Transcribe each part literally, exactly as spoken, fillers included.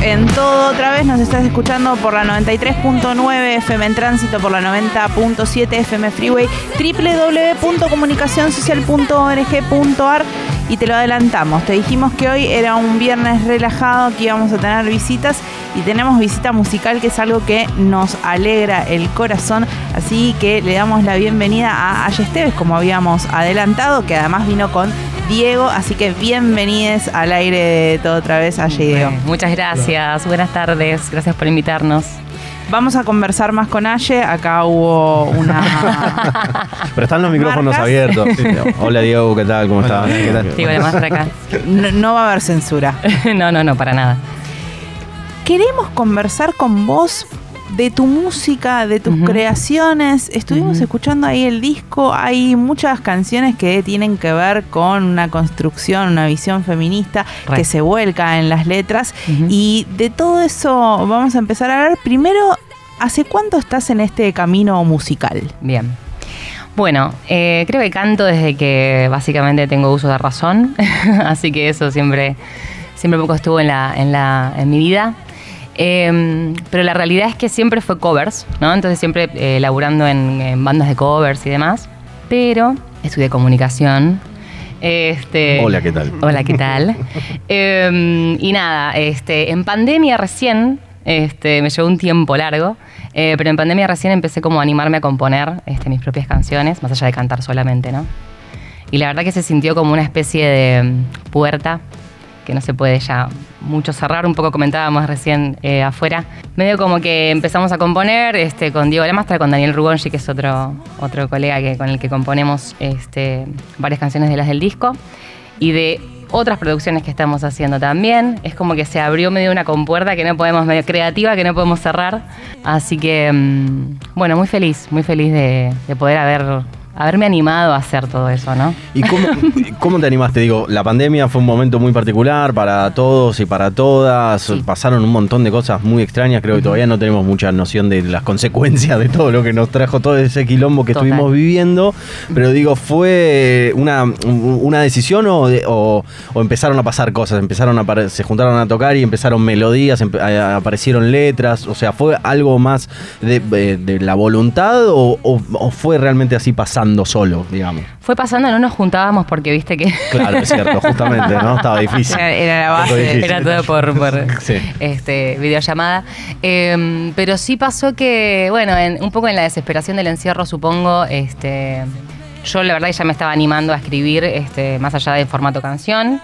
en todo otra vez. Nos estás escuchando por la noventa y tres punto nueve F M en Tránsito, por la noventa punto siete F M Freeway, doble u doble u doble u punto comunicación social punto org punto a r. Y te lo adelantamos, te dijimos que hoy era un viernes relajado, que íbamos a tener visitas y tenemos visita musical, que es algo que nos alegra el corazón. Así que le damos la bienvenida a Aye Esteves, como habíamos adelantado, que además vino con Diego. Así que bienvenides al aire de Todo Otra Vez, Aye y Diego. Muchas gracias, buenas tardes, gracias por invitarnos. Vamos a conversar más con Aye. Acá hubo una... Pero están los micrófonos ¿Marcas? abiertos. Sí. Hola Diego, ¿qué tal? ¿Cómo estás? ¿Qué tal? Diego, además por acá. No, no va a haber censura. No, no, no, para nada. Queremos conversar con vos de tu música, de tus uh-huh. creaciones. Estuvimos uh-huh. escuchando ahí el disco. Hay muchas canciones que tienen que ver con una construcción, una visión feminista right. que se vuelca en las letras. Uh-huh. Y de todo eso vamos a empezar a hablar. Primero, ¿hace cuánto estás en este camino musical? Bien. Bueno, eh, creo que canto desde que básicamente tengo uso de razón. Así que eso siempre, siempre un poco estuvo en, la, en, la, en mi vida. Eh, pero la realidad es que siempre fue covers, ¿no? Entonces siempre eh, laburando en, en bandas de covers y demás. Pero estudié comunicación. Este, hola, ¿qué tal? Hola, ¿qué tal? eh, y nada, este, en pandemia recién, este, me llevó un tiempo largo, eh, pero en pandemia recién empecé como a animarme a componer este, mis propias canciones, más allá de cantar solamente, ¿no? Y la verdad que se sintió como una especie de puerta que no se puede ya mucho cerrar, un poco comentábamos recién eh, afuera. Medio como que empezamos a componer este, con Diego Lamastra, con Daniel Rugongi, que es otro, otro colega que, con el que componemos este, varias canciones de las del disco, y de otras producciones que estamos haciendo también. Es como que se abrió medio una compuerta que no podemos, medio creativa, que no podemos cerrar. Así que, mmm, bueno, muy feliz, muy feliz de, de poder haber... haberme animado a hacer todo eso, ¿no? ¿Y cómo, cómo te animaste? Digo, la pandemia fue un momento muy particular para todos y para todas. Sí. Pasaron un montón de cosas muy extrañas. Creo que todavía no tenemos mucha noción de las consecuencias de todo lo que nos trajo todo ese quilombo que Total. estuvimos viviendo. Pero digo, ¿fue una, una decisión o, de, o, o empezaron a pasar cosas? Empezaron a apare- se juntaron a tocar y empezaron melodías, empe- a, aparecieron letras. O sea, ¿fue algo más de, de, de la voluntad o, o, o fue realmente así pasando solo, digamos? Fue pasando, no nos juntábamos porque viste que... Claro, es cierto, justamente, ¿no? Estaba difícil. Era, era la base, era todo por, por sí. este, videollamada. Eh, pero sí pasó que, bueno, en, un poco en la desesperación del encierro, supongo, este, yo la verdad que ya me estaba animando a escribir este, más allá del formato canción.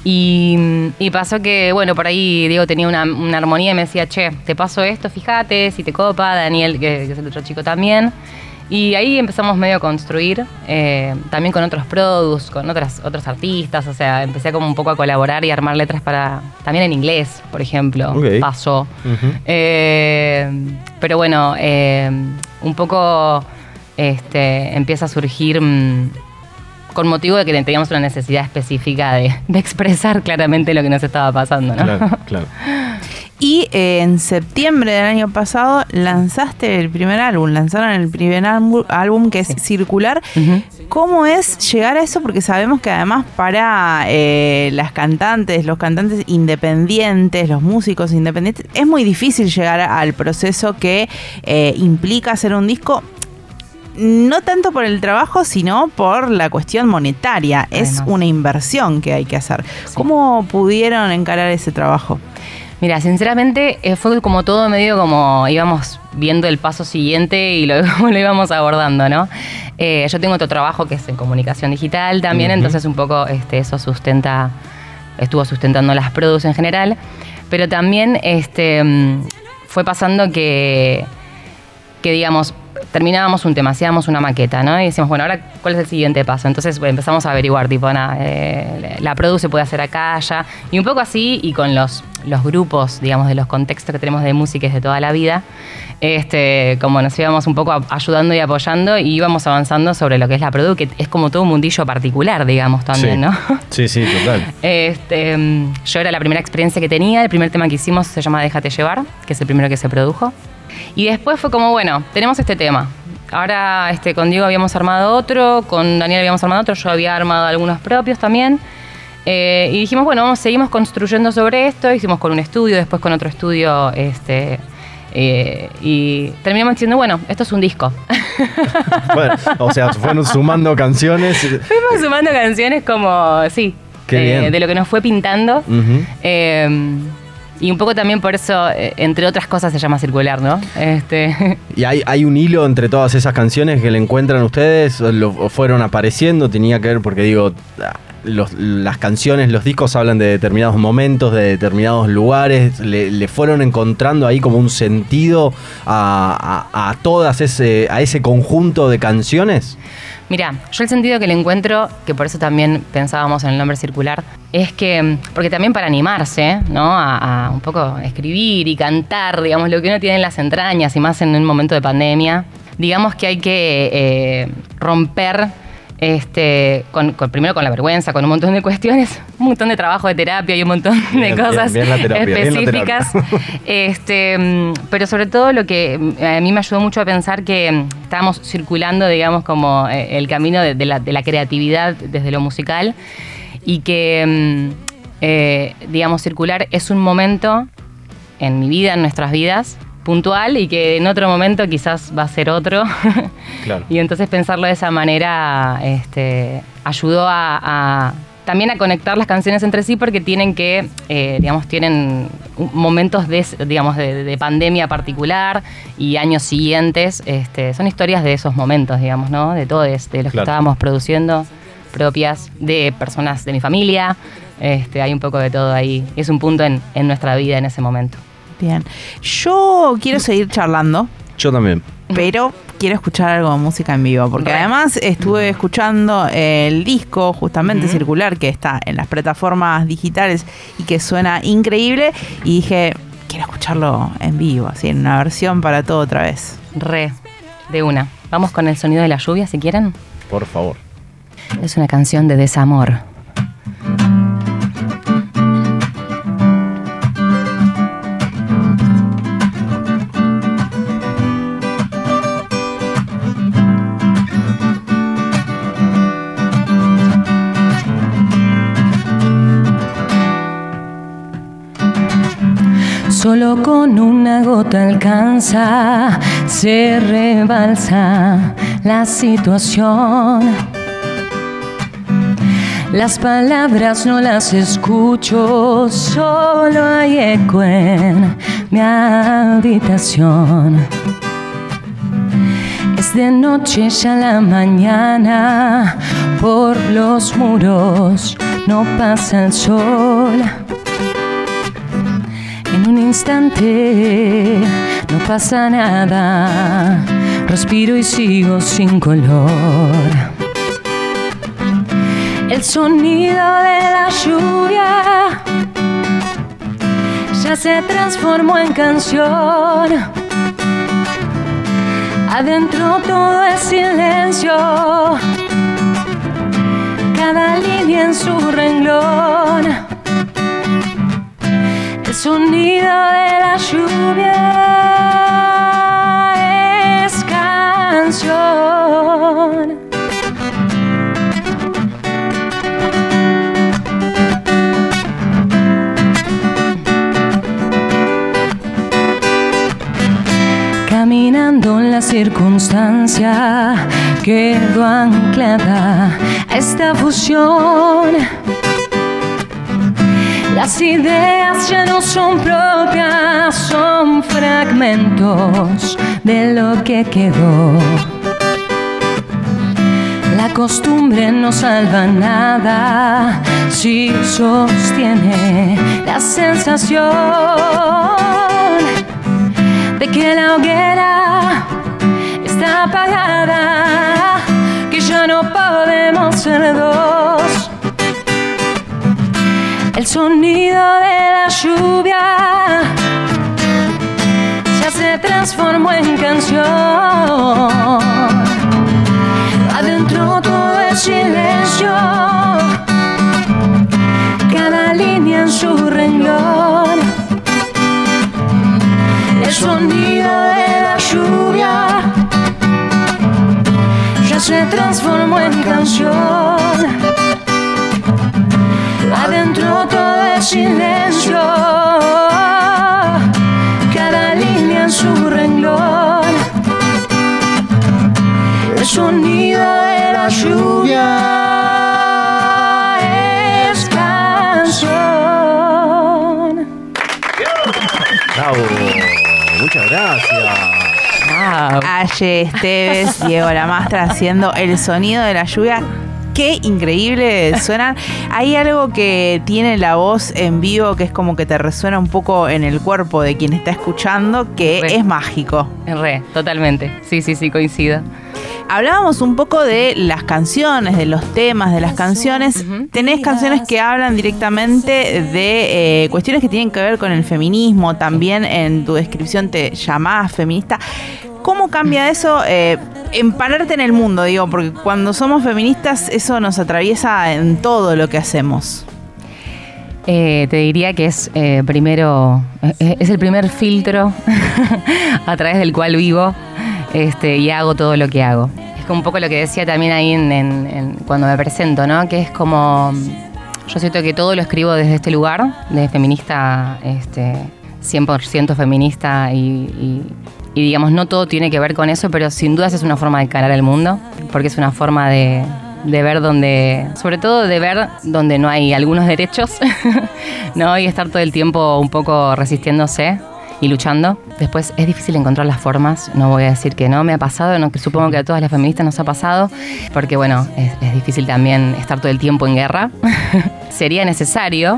Y, y pasó que, bueno, por ahí Diego tenía una, una armonía y me decía, che, te paso esto, fíjate, si te copa, Daniel, que, que es el otro chico también. Y ahí empezamos medio a construir, eh, también con otros produs, con otras, otros artistas, o sea, empecé como un poco a colaborar y armar letras para, también en inglés, por ejemplo, okay. pasó. Uh-huh. Eh, pero bueno, eh, un poco este, empieza a surgir mmm, con motivo de que teníamos una necesidad específica de, de expresar claramente lo que nos estaba pasando, ¿no? Claro, claro. Y eh, en septiembre del año pasado lanzaste el primer álbum, lanzaron el primer álbum, álbum que es sí. Circular. Uh-huh. ¿Cómo es llegar a eso? Porque sabemos que además para eh, las cantantes, los cantantes independientes, los músicos independientes, es muy difícil llegar al proceso que eh, implica hacer un disco. No tanto por el trabajo, sino por la cuestión monetaria. Además. Es una inversión que hay que hacer. Sí. ¿Cómo pudieron encarar ese trabajo? Mira, sinceramente eh, fue como todo medio como íbamos viendo el paso siguiente y lo, lo íbamos abordando, ¿no? Eh, yo tengo otro trabajo que es en comunicación digital también, uh-huh. entonces un poco este, eso sustenta, estuvo sustentando las produs en general, pero también este, fue pasando que, que digamos, terminábamos un tema, hacíamos una maqueta, ¿no? Y decíamos, bueno, ahora, ¿cuál es el siguiente paso? Entonces bueno, empezamos a averiguar, tipo, nada, eh, la produ se puede hacer acá, allá, y un poco así, y con los, los grupos, digamos, de los contextos que tenemos de música de toda la vida, este, como nos íbamos un poco ayudando y apoyando, y íbamos avanzando sobre lo que es la produ, que es como todo un mundillo particular, digamos, también, sí. ¿no? Sí, sí, total. Este, yo era la primera experiencia que tenía, el primer tema que hicimos se llama Déjate Llevar, que es el primero que se produjo. Y después fue como, bueno, tenemos este tema. Ahora este, con Diego habíamos armado otro, con Daniel habíamos armado otro, yo había armado algunos propios también. Eh, y dijimos, bueno, vamos, seguimos construyendo sobre esto. Hicimos con un estudio, después con otro estudio, este, eh, y terminamos diciendo, bueno, esto es un disco. Bueno, o sea, fueron sumando canciones. Fuimos sumando canciones como, sí, eh, de lo que nos fue pintando. Uh-huh. eh, Y un poco también por eso, entre otras cosas, se llama Circular, ¿no? Este... ¿Y hay, hay un hilo entre todas esas canciones que le encuentran ustedes? ¿Lo fueron apareciendo? Tenía que ver, porque digo, los, las canciones, los discos hablan de determinados momentos, de determinados lugares. ¿Le, le fueron encontrando ahí como un sentido a, a, a todas ese, a ese conjunto de canciones? Mirá, yo el sentido que le encuentro, que por eso también pensábamos en el nombre Circular, es que, porque también para animarse, ¿no? A, a un poco escribir y cantar, digamos, lo que uno tiene en las entrañas, y más en un momento de pandemia, digamos que hay que eh, romper, este, con, con, primero con la vergüenza, con un montón de cuestiones, un montón de trabajo de terapia y un montón bien, de cosas bien, bien terapia, específicas. Este, pero sobre todo lo que a mí me ayudó mucho a pensar que estábamos circulando, digamos, como el camino de, de, la, de la creatividad desde lo musical, y que, eh, digamos, Circular es un momento en mi vida, en nuestras vidas, puntual, y que en otro momento quizás va a ser otro. Claro. Y entonces pensarlo de esa manera este, ayudó a, a también a conectar las canciones entre sí, porque tienen que, eh, digamos, tienen momentos de, digamos, de, de pandemia particular y años siguientes. Este, son historias de esos momentos, digamos, ¿no? De todos, de los claro. que estábamos produciendo, propias de personas de mi familia. Este, hay un poco de todo ahí. Es un punto en, en nuestra vida en ese momento. Bien. Yo quiero seguir charlando. Yo también. Pero quiero escuchar algo de música en vivo, porque right. además estuve escuchando el disco justamente uh-huh. Circular, que está en las plataformas digitales y que suena increíble, y dije, quiero escucharlo en vivo, así en una versión para todo otra vez. Re, de una. Vamos con el sonido de la lluvia, si quieren. Por favor. Es una canción de desamor. Solo con una gota alcanza, se rebalsa la situación. Las palabras no las escucho, solo hay eco en mi habitación. Es de noche ya la mañana, por los muros no pasa el sol. En un instante no pasa nada, respiro y sigo sin color. El sonido de la lluvia ya se transformó en canción. Adentro todo es silencio, cada línea en su renglón. El sonido de la lluvia es canción. Caminando en la circunstancia, quedo anclada a esta fusión. Las ideas ya no son propias, son fragmentos de lo que quedó. La costumbre no salva nada si sostiene la sensación de que la hoguera está apagada, que ya no podemos ser dos. El sonido de la lluvia ya se transformó en canción. Adentro todo es silencio, cada línea en su renglón. El sonido de la lluvia ya se transformó en canción. silencio, cada línea en su renglón, el sonido de la lluvia es canción. Bravo, muchas gracias. Wow. Aye Esteves, Diego Lamastra haciendo el sonido de la lluvia. Qué increíble suenan. Hay algo que tiene la voz en vivo que es como que te resuena un poco en el cuerpo de quien está escuchando, que re. Es mágico. Re, totalmente. Sí, sí, sí, coincido. Hablábamos un poco de las canciones, de los temas de las canciones. Uh-huh. Tenés canciones que hablan directamente de eh, cuestiones que tienen que ver con el feminismo. También en tu descripción te llamás feminista. ¿Cómo cambia eso? Eh, empararte en el mundo, digo, porque cuando somos feministas eso nos atraviesa en todo lo que hacemos. Eh, te diría que es eh, primero, eh, es el primer filtro a través del cual vivo este, y hago todo lo que hago. Es como un poco lo que decía también ahí en, en, en, cuando me presento, ¿no? Que es como, yo siento que todo lo escribo desde este lugar, de feminista, este, cien por ciento feminista y... y Y digamos, no todo tiene que ver con eso, pero sin dudas es una forma de encarar el mundo, porque es una forma de, de ver donde, sobre todo de ver donde no hay algunos derechos, ¿no? Y estar todo el tiempo un poco resistiéndose y luchando. Después es difícil encontrar las formas, no voy a decir que no me ha pasado, no, que supongo que a todas las feministas nos ha pasado, porque bueno, es, es difícil también estar todo el tiempo en guerra. Sería necesario,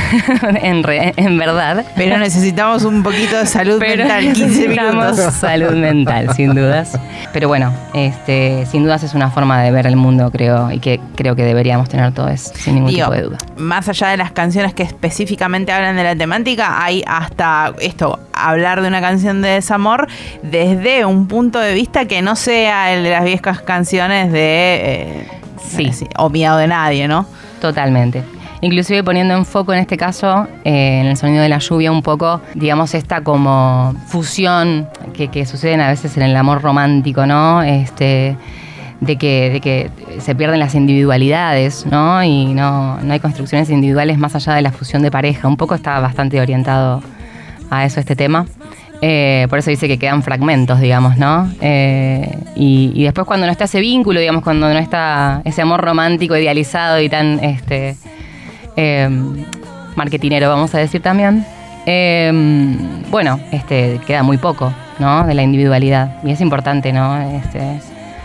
en, re, en verdad. Pero necesitamos un poquito de salud Pero mental, quince minutos. Salud mental, sin dudas. Pero bueno, este, sin dudas es una forma de ver el mundo, creo, y que creo que deberíamos tener todos, sin ningún Digo, tipo de duda. Más allá de las canciones que específicamente hablan de la temática, hay hasta esto, hablar de una canción de desamor desde un punto de vista que no sea el de las viejas canciones de eh, sí. eh, o Miedo de Nadie, ¿no? Totalmente. Inclusive poniendo en foco en este caso, eh, en el sonido de la lluvia, un poco, digamos, esta como fusión que, que suceden a veces en el amor romántico, ¿no? Este, de que, de que se pierden las individualidades, ¿no? Y no, no hay construcciones individuales más allá de la fusión de pareja. Un poco está bastante orientado a eso este tema. Eh, por eso dice que quedan fragmentos, digamos, ¿no? Eh, y, y después cuando no está ese vínculo, digamos, cuando no está ese amor romántico idealizado y tan este, eh, marketinero, vamos a decir también, eh, bueno, este, queda muy poco, ¿no? De la individualidad. Y es importante, ¿no? Este,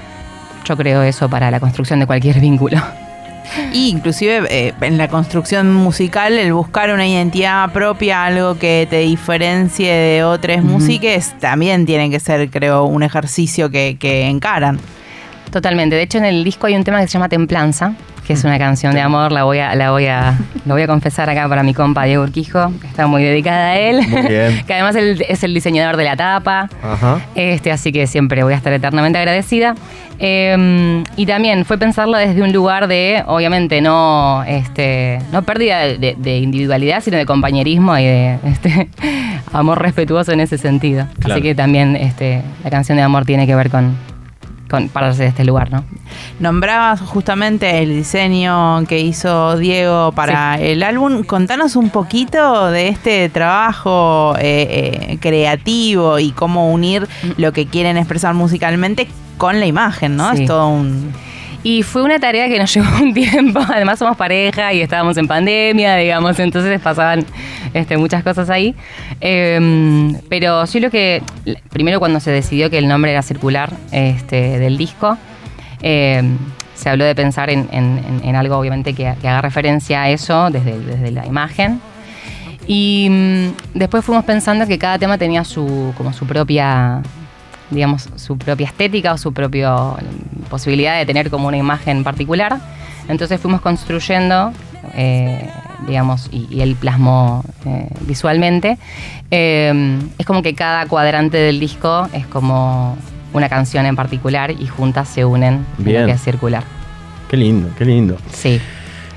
yo creo eso para la construcción de cualquier vínculo. Y inclusive eh, en la construcción musical, el buscar una identidad propia, algo que te diferencie de otras uh-huh. músicas, también tiene que ser, creo, un ejercicio que, que encaran. Totalmente. De hecho, en el disco hay un tema que se llama Templanza, que es una canción de amor, la voy a, la voy a, lo voy a confesar acá para mi compa Diego Urquijo, que está muy dedicada a él, muy bien. Que además él es el diseñador de la tapa, Ajá. este, así que siempre voy a estar eternamente agradecida. Eh, y también fue pensarla desde un lugar de, obviamente, no, este, no pérdida de, de, de individualidad, sino de compañerismo y de este, amor respetuoso en ese sentido. Claro. Así que también este, la canción de amor tiene que ver con... Con, pararse de este lugar, ¿no? Nombrabas justamente el diseño que hizo Diego para sí. el álbum. Contanos un poquito de este trabajo eh, eh, creativo y cómo unir lo que quieren expresar musicalmente con la imagen, ¿no? Sí. Es todo un... Y fue una tarea que nos llevó un tiempo. Además somos pareja y estábamos en pandemia, digamos, entonces pasaban este, muchas cosas ahí. Eh, pero sí lo que... Primero cuando se decidió que el nombre era circular este, del disco, eh, se habló de pensar en, en, en algo obviamente que, que haga referencia a eso desde, desde la imagen. Y um, después fuimos pensando que cada tema tenía su, como su propia... digamos, su propia estética o su propia posibilidad de tener como una imagen particular. Entonces fuimos construyendo, eh, digamos, y, y él plasmó eh, visualmente. Eh, es como que cada cuadrante del disco es como una canción en particular y juntas se unen en lo que es circular. Qué lindo, qué lindo. Sí.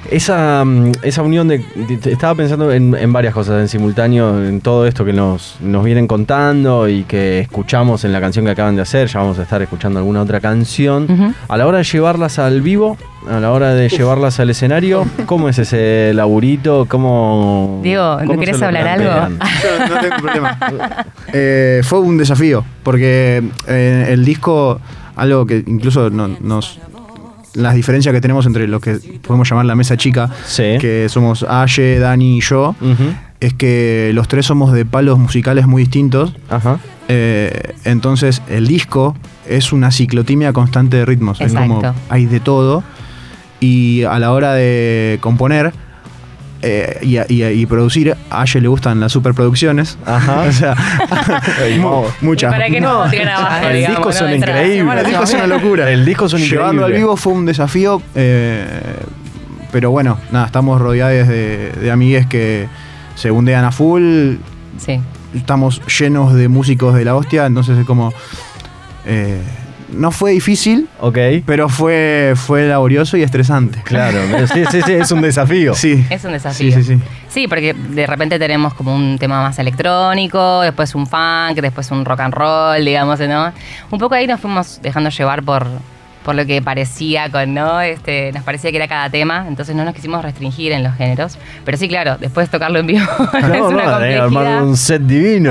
Esa, esa unión de, de... Estaba pensando en, en varias cosas en simultáneo, en todo esto que nos, nos vienen contando y que escuchamos en la canción que acaban de hacer. Ya vamos a estar escuchando alguna otra canción. Uh-huh. A la hora de llevarlas al vivo, a la hora de Uf. llevarlas al escenario, ¿cómo es ese laburito? ¿Cómo, Diego, ¿no querés hablar plantean? algo? No, no tengo problema. eh, fue un desafío, porque eh, el disco, algo que incluso no, nos... las diferencias que tenemos entre lo que podemos llamar la mesa chica, sí. que somos Aye, Dani y yo, uh-huh. es que los tres somos de palos musicales muy distintos. Ajá. Eh, entonces el disco es una ciclotimia constante de ritmos. Exacto. Es como hay de todo. Y a la hora de componer eh, y, y, y producir, a Aye le gustan las superproducciones. Ajá. O sea, muchas. Para que no, no trabajo, el digamos, disco son increíbles. Bueno, el disco es una locura. El disco son increíbles. Llevarlo al vivo fue un desafío, eh, pero bueno, nada, estamos rodeados de, de amigues que se bundean a full. Sí. Estamos llenos de músicos de la hostia, entonces es como... Eh, no fue difícil, okay. pero fue, fue laborioso y estresante. Claro, sí, sí, sí, es un desafío. Sí. Es un desafío. Sí, sí, sí. Sí, porque de repente tenemos como un tema más electrónico, después un funk, después un rock and roll, digamos, ¿no? Un poco ahí nos fuimos dejando llevar por, por lo que parecía, con, ¿no? Este, nos parecía que era cada tema, entonces no nos quisimos restringir en los géneros. Pero sí, claro, después tocarlo en vivo no, es una no, complejidad. Armar un set divino.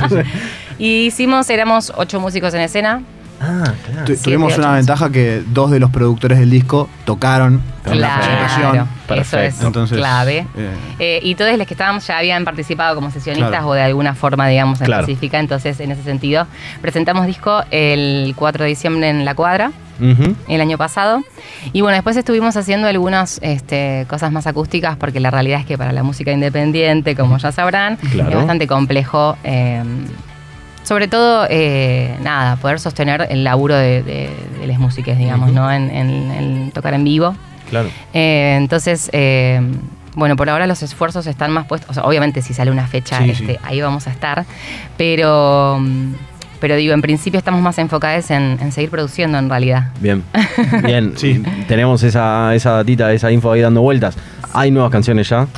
Y hicimos, éramos ocho músicos en escena. Ah, claro. Tu, tuvimos una ventaja que dos de los productores del disco tocaron en claro, la presentación. Eso es Entonces, clave. Eh. Eh, y todos los que estábamos ya habían participado como sesionistas claro. o de alguna forma, digamos, claro. específica. Entonces, en ese sentido, presentamos disco el cuatro de diciembre en La Cuadra, uh-huh. el año pasado. Y bueno, después estuvimos haciendo algunas este, cosas más acústicas, porque la realidad es que para la música independiente, como ya sabrán, claro. es bastante complejo. Eh, Sobre todo, eh, nada, poder sostener el laburo de, de, de las músicas, digamos, uh-huh. ¿no? En, en, en tocar en vivo. Claro. Eh, entonces, eh, bueno, por ahora los esfuerzos están más puestos. O sea, obviamente, si sale una fecha, sí, este, sí. ahí vamos a estar. Pero, pero digo, en principio estamos más enfocados en, en seguir produciendo, en realidad. Bien. Bien. Sí. Tenemos esa, esa datita, esa info ahí dando vueltas. ¿Hay nuevas canciones ya?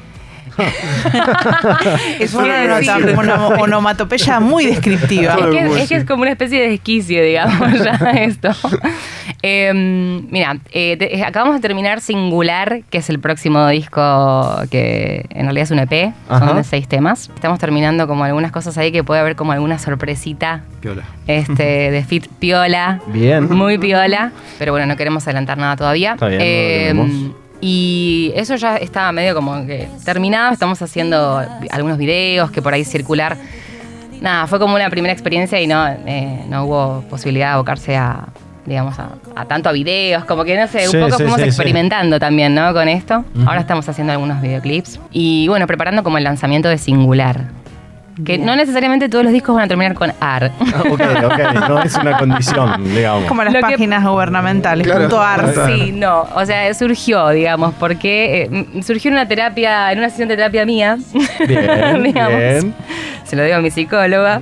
Es una, una onomatopeya muy descriptiva. Es que, es que es como una especie de desquicio, digamos, ya esto. Eh, mira, eh, te, acabamos de terminar Singular, que es el próximo disco que en realidad es un E P, Ajá. son de seis temas. Estamos terminando como algunas cosas ahí que puede haber como alguna sorpresita. Piola. Este, de fit piola. Bien. Muy piola. Pero bueno, no queremos adelantar nada todavía. Está bien, eh, no lo Y eso ya está medio como que terminado. Estamos haciendo algunos videos que por ahí circular. Nada, fue como una primera experiencia y no, eh, no hubo posibilidad de abocarse a, digamos, a, a tanto a videos. Como que no sé, sí, un poco sí, fuimos sí, experimentando sí. también, ¿no? Con esto. Uh-huh. Ahora estamos haciendo algunos videoclips. Y bueno, preparando como el lanzamiento de Singular. Que Bien. no necesariamente todos los discos van a terminar con ar. Ah, ok, ok, no es una condición, digamos. Como las Lo páginas que, gubernamentales, claro, punto ar. Sí, no, o sea, surgió, digamos, porque eh, surgió en una terapia, en una sesión de terapia mía. Bien, digamos. Bien. Se lo digo a mi psicóloga.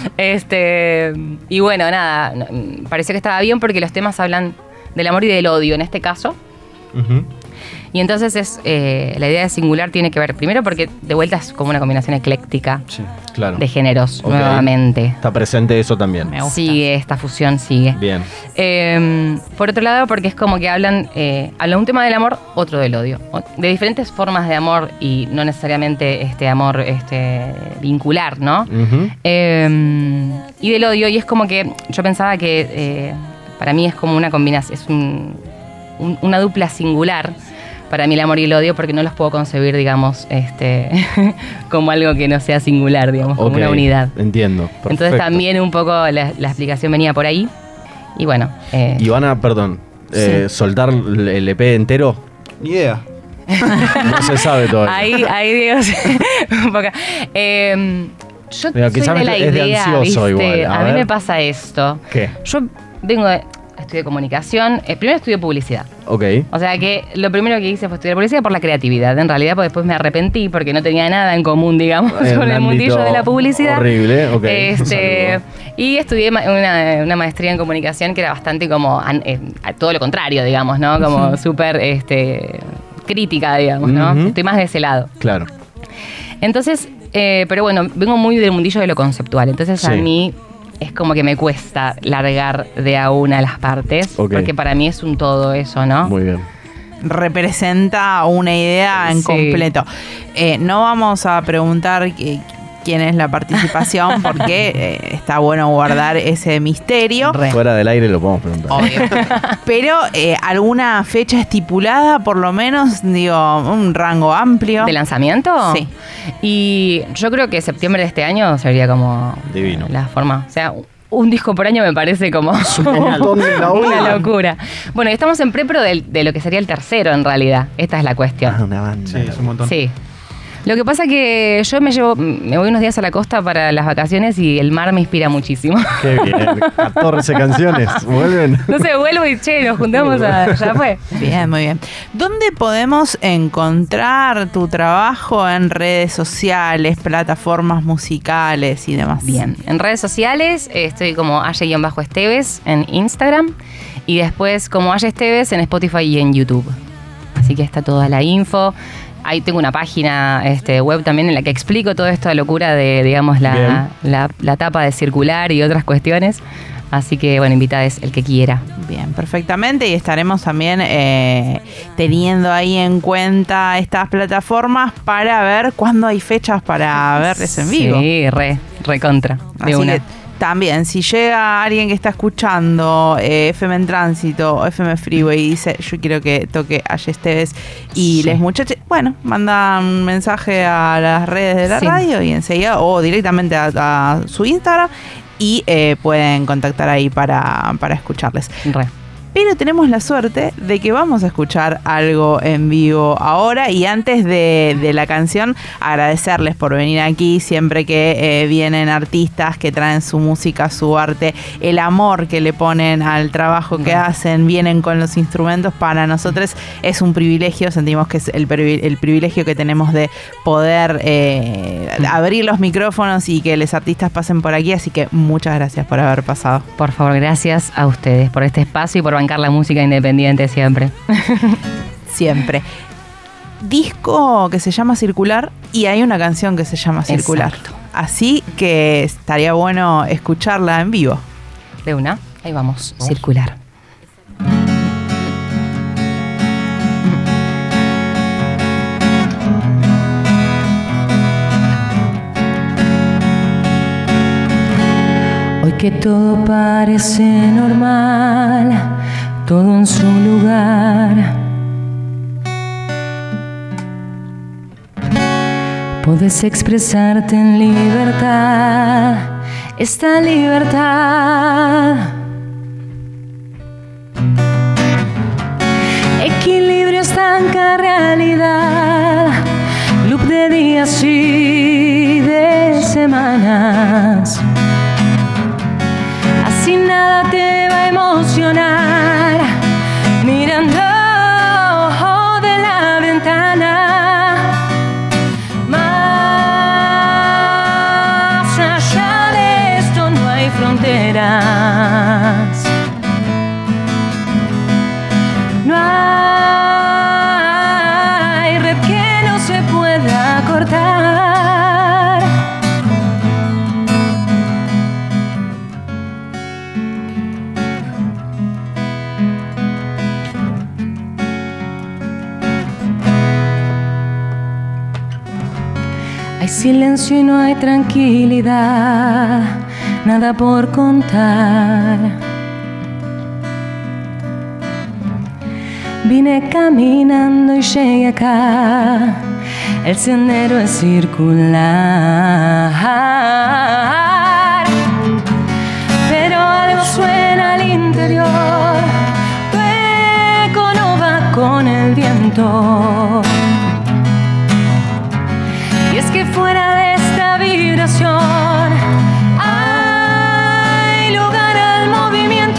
este Y bueno, nada, pareció que estaba bien porque los temas hablan del amor y del odio, en este caso. Uh-huh. Y entonces es eh, la idea de Singular tiene que ver, primero porque de vuelta es como una combinación ecléctica sí, claro. de géneros, okay. nuevamente. Está presente eso también. Me gusta. Sigue, esta fusión sigue. Bien. Eh, por otro lado, porque es como que hablan, eh, hablan un tema del amor, otro del odio. De diferentes formas de amor y no necesariamente este amor este, vincular, ¿no? Uh-huh. Eh, y del odio, y es como que yo pensaba que eh, para mí es como una combinación, es un, un, una dupla singular. Para mí el amor y el odio, porque no los puedo concebir, digamos, este, como algo que no sea singular, digamos, como okay, una unidad. Entiendo. Perfecto. Entonces también un poco la, la explicación venía por ahí. Y bueno. Eh, y van a, perdón, eh, sí. soltar el E P entero. Yeah. No se sabe todavía. Ahí, ahí digo, un poco. Eh, yo Pero soy de la idea, de ansioso ¿viste? Igual. A, a mí me pasa esto. ¿Qué? Yo vengo de... Estudié comunicación, eh, primero estudié publicidad. Ok. O sea que lo primero que hice fue estudiar publicidad por la creatividad. En realidad, pues después me arrepentí porque no tenía nada en común, digamos, en con el mundillo de la publicidad. Horrible, ok. Este, y estudié una, una maestría en comunicación que era bastante como eh, todo lo contrario, digamos, ¿no? Como súper, este, crítica, digamos, ¿no? Uh-huh. Estoy más de ese lado. Claro. Entonces, eh, pero bueno, vengo muy del mundillo de lo conceptual. Entonces sí. a mí es como que me cuesta largar de a una las partes. Okay. Porque para mí es un todo eso, ¿no? Muy bien. Representa una idea en sí. completo. Eh, no vamos a preguntar que, quién es la participación porque eh, está bueno guardar ese misterio. Re. Fuera del aire lo podemos preguntar. Obvio. Pero eh, alguna fecha estipulada, por lo menos, digo, un rango amplio. ¿De lanzamiento? Sí. Y yo creo que septiembre de este año sería como divino. La forma. O sea, un disco por año me parece como una locura. Bueno, estamos en prepro de, de lo que sería el tercero, en realidad. Esta es la cuestión. Ah, una banda. Sí, es un montón. Sí. Lo que pasa que yo me llevo, me voy unos días a la costa para las vacaciones y el mar me inspira muchísimo. Qué bien. catorce canciones. ¿Vuelven? No sé, vuelvo y che, nos juntamos a... Ya fue. Bien, muy bien. ¿Dónde podemos encontrar tu trabajo en redes sociales, plataformas musicales y demás? Bien. En redes sociales eh, estoy como Aye-Esteves en Instagram y después como Aye Esteves en Spotify y en YouTube. Así que está toda la info. Ahí tengo una página este, web también en la que explico toda esta locura de, digamos, la, la, la tapa de circular y otras cuestiones. Así que, bueno, invitades el que quiera. Bien, perfectamente. Y estaremos también eh, teniendo ahí en cuenta estas plataformas para ver cuándo hay fechas para verles en vivo. Sí, re, re contra. De Así una. Que, también, si llega alguien que está escuchando eh, F M en Tránsito o F M Freeway y dice, yo quiero que toque Aye Esteves y sí. les muchachos, bueno, manda un mensaje a las redes de la sí. radio y enseguida, o directamente a, a su Instagram y eh, pueden contactar ahí para, para escucharles. Re. Pero tenemos la suerte de que vamos a escuchar algo en vivo ahora. Y antes de, de la canción, agradecerles por venir aquí. Siempre que eh, vienen artistas que traen su música, su arte, el amor que le ponen al trabajo que hacen, vienen con los instrumentos. Para nosotros es un privilegio. Sentimos que es el, el privilegio que tenemos de poder eh, abrir los micrófonos y que los artistas pasen por aquí. Así que muchas gracias por haber pasado. Por favor, gracias a ustedes por este espacio y por bancar la música independiente siempre. Siempre. Disco que se llama Circular y hay una canción que se llama Circular. Exacto. Así que estaría bueno escucharla en vivo. De una, ahí vamos, vamos. Circular. Hoy que todo parece normal, todo en su lugar, podés expresarte en libertad, esta libertad. Equilibrio, estanca realidad, loop de días y de semanas. Así nada te va a emocionar, mirando de la ventana. Más allá de esto no hay fronteras. No hay red que no se pueda cortar. Hay silencio y no hay tranquilidad, nada por contar. Vine caminando y llegué acá, el sendero es circular. Pero algo suena al interior, tu eco no va con el viento. Y es que fuera de esta vibración hay lugar al movimiento.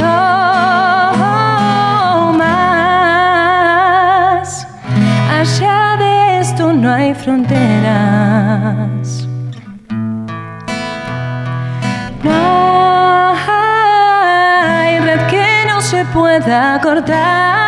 Más allá de esto no hay fronteras. No hay red que no se pueda cortar.